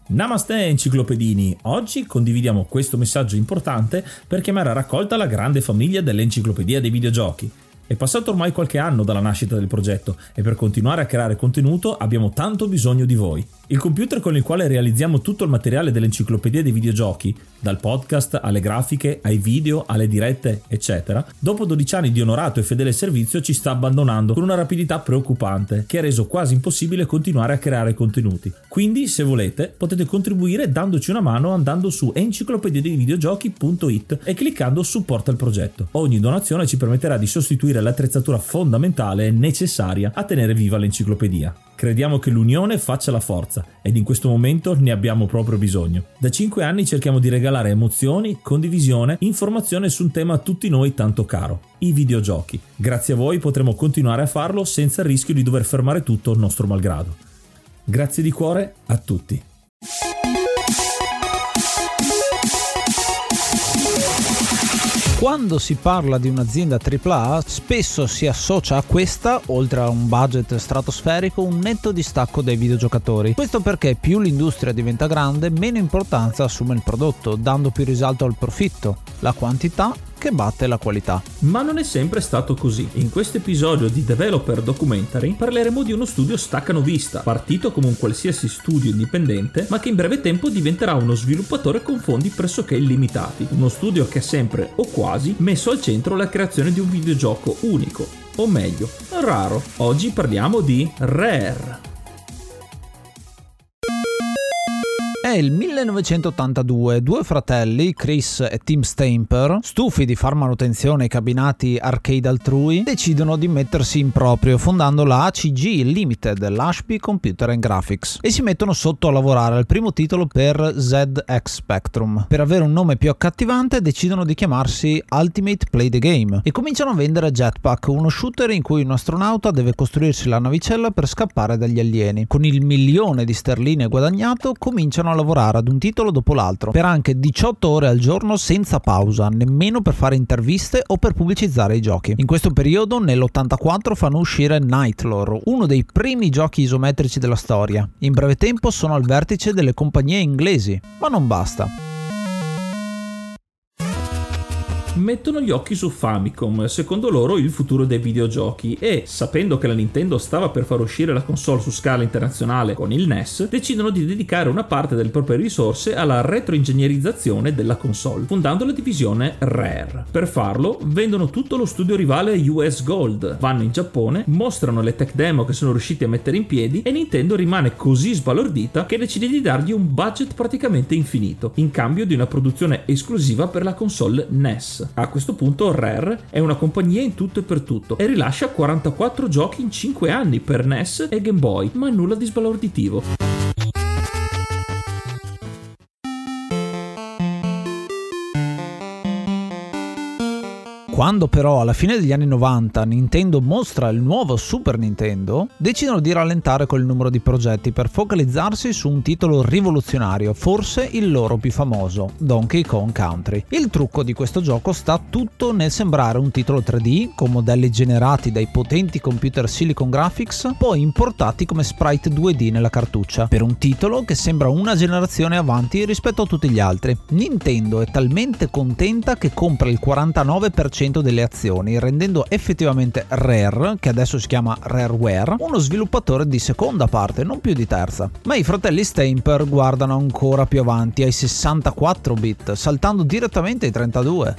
Namaste enciclopedini, oggi condividiamo questo messaggio importante per chiamare a raccolta la grande famiglia dell'enciclopedia dei videogiochi. È passato ormai qualche anno dalla nascita del progetto e per continuare a creare contenuto abbiamo tanto bisogno di voi. Il computer con il quale realizziamo tutto il materiale dell'enciclopedia dei videogiochi, dal podcast alle grafiche, ai video, alle dirette, eccetera, dopo 12 anni di onorato e fedele servizio ci sta abbandonando con una rapidità preoccupante che ha reso quasi impossibile continuare a creare contenuti. Quindi, se volete, potete contribuire dandoci una mano andando su enciclopediadeivideogiochi.it e cliccando supporta il progetto. Ogni donazione ci permetterà di sostituire l'attrezzatura fondamentale e necessaria a tenere viva l'enciclopedia. Crediamo che l'unione faccia la forza ed in questo momento ne abbiamo proprio bisogno. Da 5 anni cerchiamo di regalare emozioni, condivisione, informazione su un tema a tutti noi tanto caro, i videogiochi. Grazie a voi potremo continuare a farlo senza il rischio di dover fermare tutto nostro malgrado. Grazie di cuore a tutti. Quando si parla di un'azienda AAA, spesso si associa a questa, oltre a un budget stratosferico, un netto distacco dai videogiocatori. Questo perché più l'industria diventa grande, meno importanza assume il prodotto, dando più risalto al profitto, la quantità che batte la qualità. Ma non è sempre stato così. In questo episodio di Developer Documentary parleremo di uno studio staccanovista, partito come un qualsiasi studio indipendente, ma che in breve tempo diventerà uno sviluppatore con fondi pressoché illimitati. Uno studio che ha sempre, o quasi, messo al centro la creazione di un videogioco unico, o meglio, raro. Oggi parliamo di Rare. È il 1982, due fratelli, Chris e Tim Stamper, stufi di far manutenzione ai cabinati arcade altrui, decidono di mettersi in proprio fondando la ACG Limited, l'Ashby Computer and Graphics, e si mettono sotto a lavorare al primo titolo per ZX Spectrum. Per avere un nome più accattivante decidono di chiamarsi Ultimate Play the Game e cominciano a vendere Jetpack, uno shooter in cui un astronauta deve costruirsi la navicella per scappare dagli alieni. Con il 1.000.000 di sterline guadagnato cominciano a lavorare ad un titolo dopo l'altro per anche 18 ore al giorno senza pausa, nemmeno per fare interviste o per pubblicizzare i giochi. In questo periodo, nell'84, fanno uscire Nightlore, uno dei primi giochi isometrici della storia. In breve tempo sono al vertice delle compagnie inglesi, ma non basta. Mettono gli occhi su Famicom, secondo loro il futuro dei videogiochi, e, sapendo che la Nintendo stava per far uscire la console su scala internazionale con il NES, decidono di dedicare una parte delle proprie risorse alla retroingegnerizzazione della console, fondando la divisione Rare. Per farlo, vendono tutto lo studio rivale US Gold, vanno in Giappone, mostrano le tech demo che sono riusciti a mettere in piedi e Nintendo rimane così sbalordita che decide di dargli un budget praticamente infinito, in cambio di una produzione esclusiva per la console NES. A questo punto Rare è una compagnia in tutto e per tutto e rilascia 44 giochi in 5 anni per NES e Game Boy, ma nulla di sbalorditivo. Quando però alla fine degli anni 90 Nintendo mostra il nuovo Super Nintendo, decidono di rallentare col numero di progetti per focalizzarsi su un titolo rivoluzionario, forse il loro più famoso, Donkey Kong Country. Il trucco di questo gioco sta tutto nel sembrare un titolo 3D, con modelli generati dai potenti computer Silicon Graphics, poi importati come sprite 2D nella cartuccia, per un titolo che sembra una generazione avanti rispetto a tutti gli altri. Nintendo è talmente contenta che compra il 49% delle azioni, rendendo effettivamente Rare, che adesso si chiama Rareware, uno sviluppatore di seconda parte, non più di terza. Ma i fratelli Stamper guardano ancora più avanti, ai 64 bit, saltando direttamente ai 32.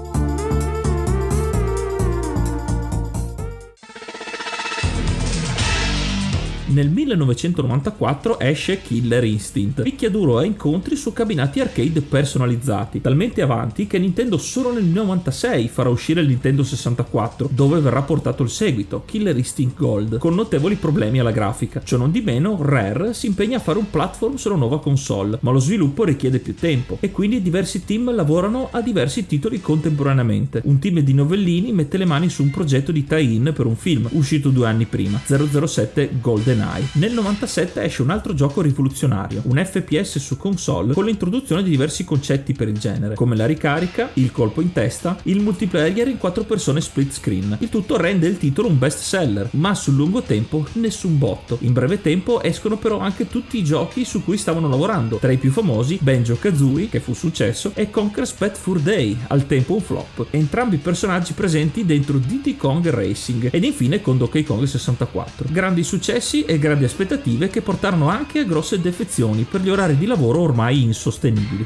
Nel 1994 esce Killer Instinct, picchiaduro a incontri su cabinati arcade personalizzati, talmente avanti che Nintendo solo nel 96 farà uscire il Nintendo 64, dove verrà portato il seguito, Killer Instinct Gold, con notevoli problemi alla grafica. Ciò non di meno, Rare si impegna a fare un platform sulla nuova console, ma lo sviluppo richiede più tempo, e quindi diversi team lavorano a diversi titoli contemporaneamente. Un team di novellini mette le mani su un progetto di tie-in per un film, uscito 2 anni prima, 007 Golden GoldenEye. Nel 97 esce un altro gioco rivoluzionario, un FPS su console con l'introduzione di diversi concetti per il genere, come la ricarica, il colpo in testa, il multiplayer in 4 persone split screen. Il tutto rende il titolo un best seller, ma sul lungo tempo nessun botto. In breve tempo escono però anche tutti i giochi su cui stavano lavorando, tra i più famosi Banjo-Kazooie, che fu successo, e Conker's Bad Fur Day, al tempo un flop, entrambi personaggi presenti dentro Diddy Kong Racing, ed infine con Donkey Kong 64. Grandi successi e grandi aspettative che portarono anche a grosse defezioni per gli orari di lavoro ormai insostenibili.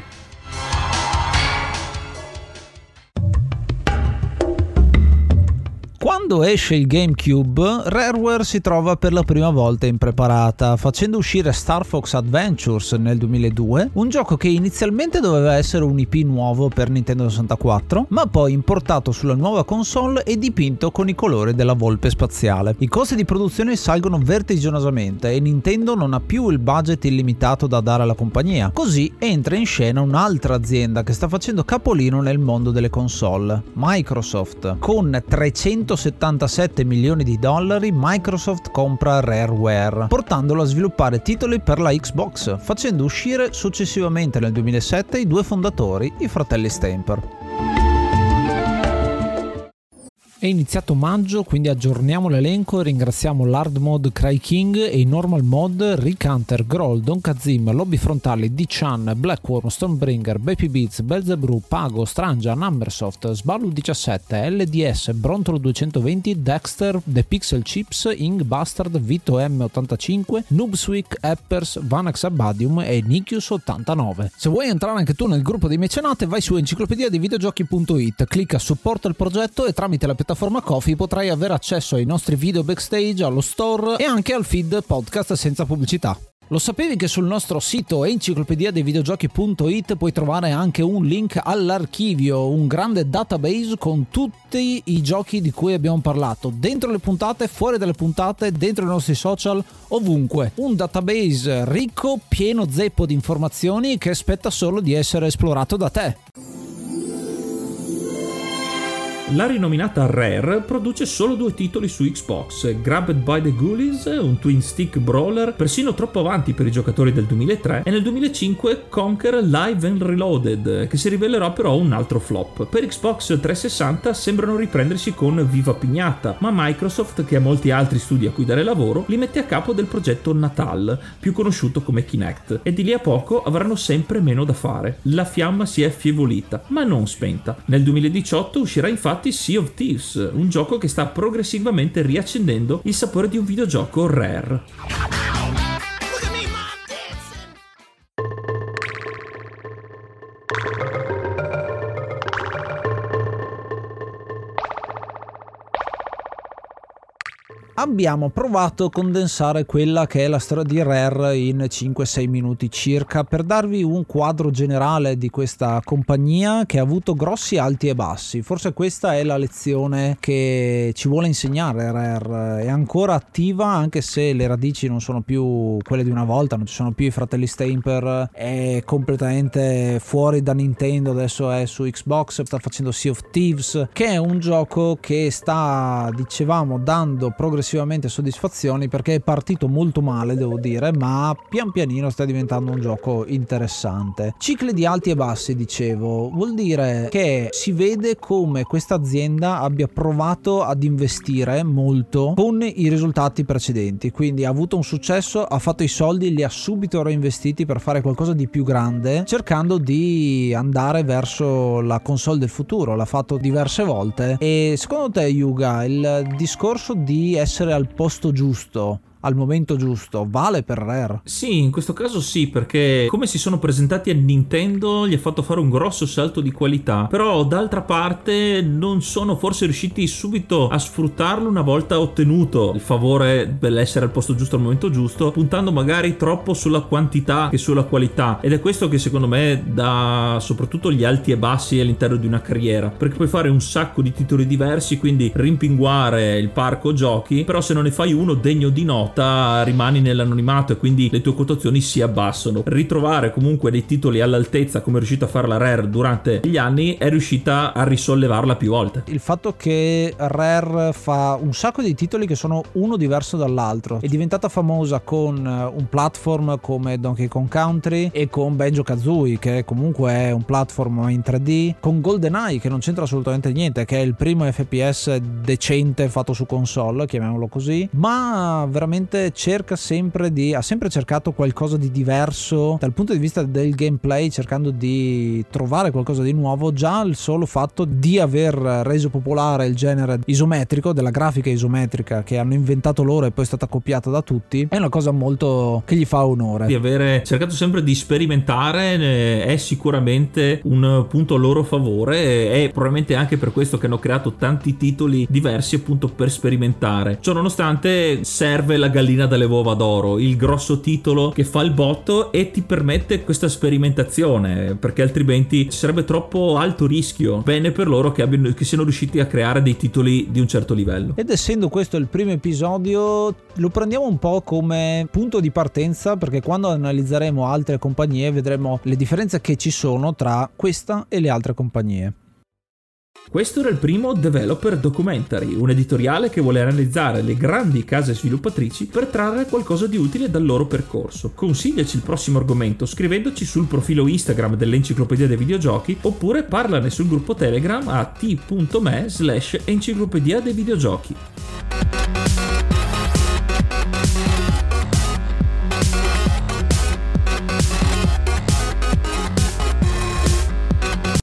Quando esce il GameCube, Rareware si trova per la prima volta impreparata, facendo uscire Star Fox Adventures nel 2002, un gioco che inizialmente doveva essere un IP nuovo per Nintendo 64, ma poi importato sulla nuova console e dipinto con i colori della volpe spaziale. I costi di produzione salgono vertiginosamente e Nintendo non ha più il budget illimitato da dare alla compagnia. Così entra in scena un'altra azienda che sta facendo capolino nel mondo delle console, Microsoft. Con 377 milioni di dollari, Microsoft compra Rareware, portandolo a sviluppare titoli per la Xbox, facendo uscire successivamente nel 2007 i due fondatori, i fratelli Stamper. È iniziato maggio, quindi aggiorniamo l'elenco e ringraziamo l'Hard Mode Cry King e i Normal Mode Rick Hunter, Groll, Don Kazim, Lobby Frontali, D-Chan, Blackworm, Stonebringer, Baby Beats, Belzebrew, Pago, Strangia, Numbersoft, Sballu 17, LDS, Brontolo 220, Dexter, The Pixel Chips, Ing Bastard, Vito M85, Noobswick, Eppers, Vanax Abadium e Nikius 89. Se vuoi entrare anche tu nel gruppo dei mecenate, vai su enciclopedia dei videogiochi.it, clicca supporta il progetto e tramite la piattaforma Ko-fi potrai avere accesso ai nostri video backstage, allo store e anche al feed podcast senza pubblicità. Lo sapevi che sul nostro sito enciclopedia dei videogiochi.it puoi trovare anche un link all'archivio, un grande database con tutti i giochi di cui abbiamo parlato, dentro le puntate, fuori dalle puntate, dentro i nostri social, ovunque. Un database ricco, pieno zeppo di informazioni che aspetta solo di essere esplorato da te. La rinominata Rare produce solo 2 titoli su Xbox, Grabbed by the Ghoulies, un twin stick brawler persino troppo avanti per i giocatori del 2003, e nel 2005 Conker Live and Reloaded, che si rivelerà però un altro flop. Per Xbox 360 sembrano riprendersi con Viva Pignata, ma Microsoft, che ha molti altri studi a cui dare lavoro, li mette a capo del progetto Natal, più conosciuto come Kinect, e di lì a poco avranno sempre meno da fare. La fiamma si è affievolita, ma non spenta. Nel 2018 uscirà infatti Sea of Thieves, un gioco che sta progressivamente riaccendendo il sapore di un videogioco Rare. Abbiamo provato a condensare quella che è la storia di Rare in 5-6 minuti circa per darvi un quadro generale di questa compagnia che ha avuto grossi alti e bassi. Forse questa è la lezione che ci vuole insegnare Rare. È ancora attiva anche se le radici non sono più quelle di una volta, non ci sono più i fratelli Stamper, è completamente fuori da Nintendo, adesso è su Xbox, sta facendo Sea of Thieves, che è un gioco che sta, dicevamo, dando progressivamente soddisfazioni perché è partito molto male, devo dire, ma pian pianino sta diventando un gioco interessante. Cicli di alti e bassi, dicevo, vuol dire che si vede come questa azienda abbia provato ad investire molto con i risultati precedenti, quindi ha avuto un successo, ha fatto i soldi, li ha subito reinvestiti per fare qualcosa di più grande, cercando di andare verso la console del futuro. L'ha fatto diverse volte. E secondo te, Yuga, il discorso di essere al posto giusto al momento giusto vale per Rare? Sì, in questo caso sì, perché come si sono presentati a Nintendo gli ha fatto fare un grosso salto di qualità, però d'altra parte non sono forse riusciti subito a sfruttarlo una volta ottenuto il favore dell'essere al posto giusto al momento giusto, puntando magari troppo sulla quantità che sulla qualità, ed è questo che secondo me dà soprattutto gli alti e bassi all'interno di una carriera, perché puoi fare un sacco di titoli diversi, quindi rimpinguare il parco giochi, però se non ne fai uno degno di nota volta rimani nell'anonimato e quindi le tue quotazioni si abbassano. Ritrovare comunque dei titoli all'altezza, come è riuscita a fare la Rare durante gli anni, è riuscita a risollevarla più volte. Il fatto che Rare fa un sacco di titoli che sono uno diverso dall'altro, è diventata famosa con un platform come Donkey Kong Country e con Banjo-Kazooie, che comunque è un platform in 3D, con GoldenEye, che non c'entra assolutamente niente, che è il primo FPS decente fatto su console, chiamiamolo così, ma veramente ha sempre cercato qualcosa di diverso dal punto di vista del gameplay, cercando di trovare qualcosa di nuovo. Già il solo fatto di aver reso popolare il genere isometrico, della grafica isometrica che hanno inventato loro e poi è stata copiata da tutti, è una cosa molto che gli fa onore. Di avere cercato sempre di sperimentare è sicuramente un punto a loro favore, e probabilmente anche per questo che hanno creato tanti titoli diversi appunto per sperimentare. Ciò nonostante serve la gallina dalle uova d'oro, il grosso titolo che fa il botto e ti permette questa sperimentazione, perché altrimenti ci sarebbe troppo alto rischio. Bene per loro che siano riusciti a creare dei titoli di un certo livello. Ed essendo questo il primo episodio, lo prendiamo un po' come punto di partenza, perché quando analizzeremo altre compagnie vedremo le differenze che ci sono tra questa e le altre compagnie. Questo era il primo Developer Documentary, un editoriale che vuole analizzare le grandi case sviluppatrici per trarre qualcosa di utile dal loro percorso. Consigliaci il prossimo argomento scrivendoci sul profilo Instagram dell'Enciclopedia dei Videogiochi, oppure parlane sul gruppo Telegram a t.me/Enciclopedia dei Videogiochi.